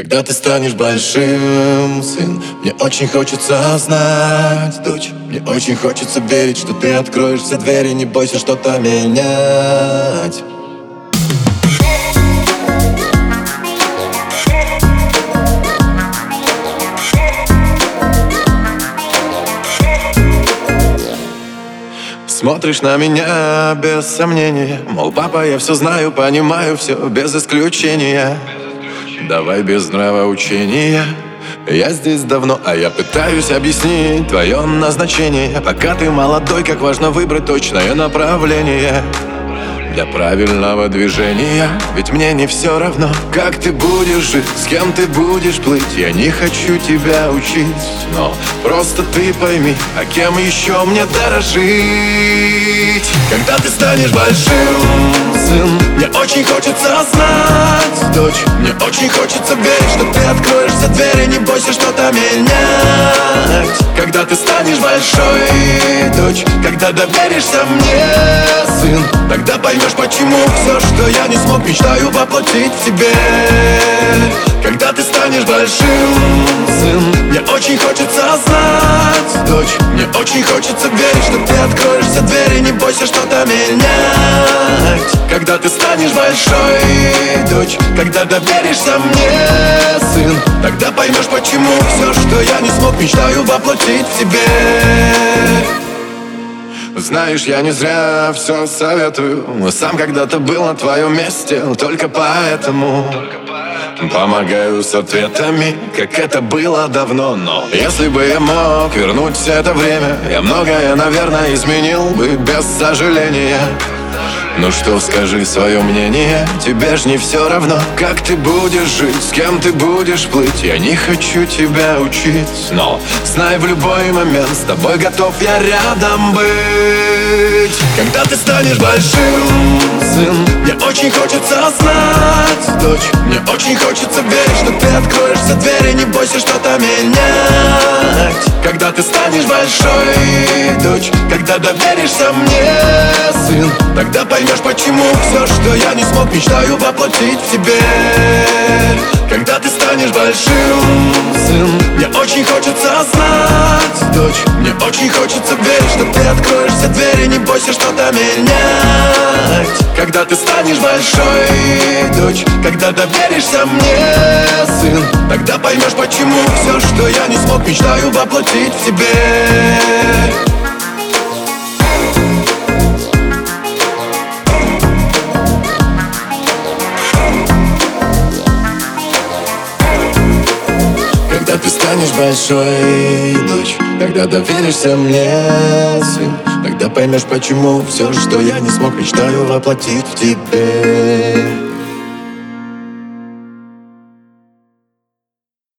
Когда ты станешь большим, сын, мне очень хочется знать, дочь. Мне очень хочется верить, что ты откроешь все двери, не бойся что-то менять. Смотришь на меня без сомнения, мол, папа, я все знаю, понимаю все без исключения. Давай без нравоучения. Я здесь давно, а я пытаюсь объяснить твое назначение. Пока ты молодой, как важно выбрать точное направление для правильного движения. Ведь мне не все равно, как ты будешь жить, с кем ты будешь плыть. Я не хочу тебя учить, но просто ты пойми, а кем еще мне дорожить. Когда ты станешь большим, сын, мне очень хочется знать, дочь. Мне очень хочется верить, что ты откроешь все двери, не бойся что-то менять. Когда ты станешь большой, дочь, когда доверишься мне, сын, тогда поймешь, почему все, что я не смог, мечтаю воплотить в себе. Когда ты станешь большим, сын, мне очень хочется знать, дочь. Мне очень хочется верить, что ты откроешь все двери, не бойся что-то менять. Когда ты станешь большой, дочь, когда доверишься мне, сын, тогда поймешь, почему все, что я не смог, мечтаю воплотить в себе. Знаешь, я не зря все советую, сам когда-то был на твоем месте, только поэтому помогаю с ответами, как это было давно. Но если бы я мог вернуть все это время, я многое, наверное, изменил бы без сожаления. Ну что, скажи свое мнение, тебе ж не все равно, как ты будешь жить, с кем ты будешь плыть. Я не хочу тебя учить, но знай, в любой момент с тобой готов я рядом быть. Когда ты станешь большим, сын, мне очень хочется знать, дочь. Мне очень хочется верить, что ты откроешь все двери, не бойся что-то менять. Когда ты станешь большой, дочь, когда доверишься мне, сын, тогда поймешь, почему все, что я не смог, мечтаю воплотить в тебе. Когда ты станешь большим, сын, мне очень хочется знать, дочь. Мне очень хочется верить, что ты откроешь все двери, не бойся что-то менять. Когда ты станешь большой, дочь, когда доверишься мне, сын, тогда поймешь, почему все, что я не смог, мечтаю воплотить в себе. Когда ты станешь большой, дочь, когда доверишься мне, сын, тогда поймешь, почему все, что я не смог, мечтаю воплотить в тебе.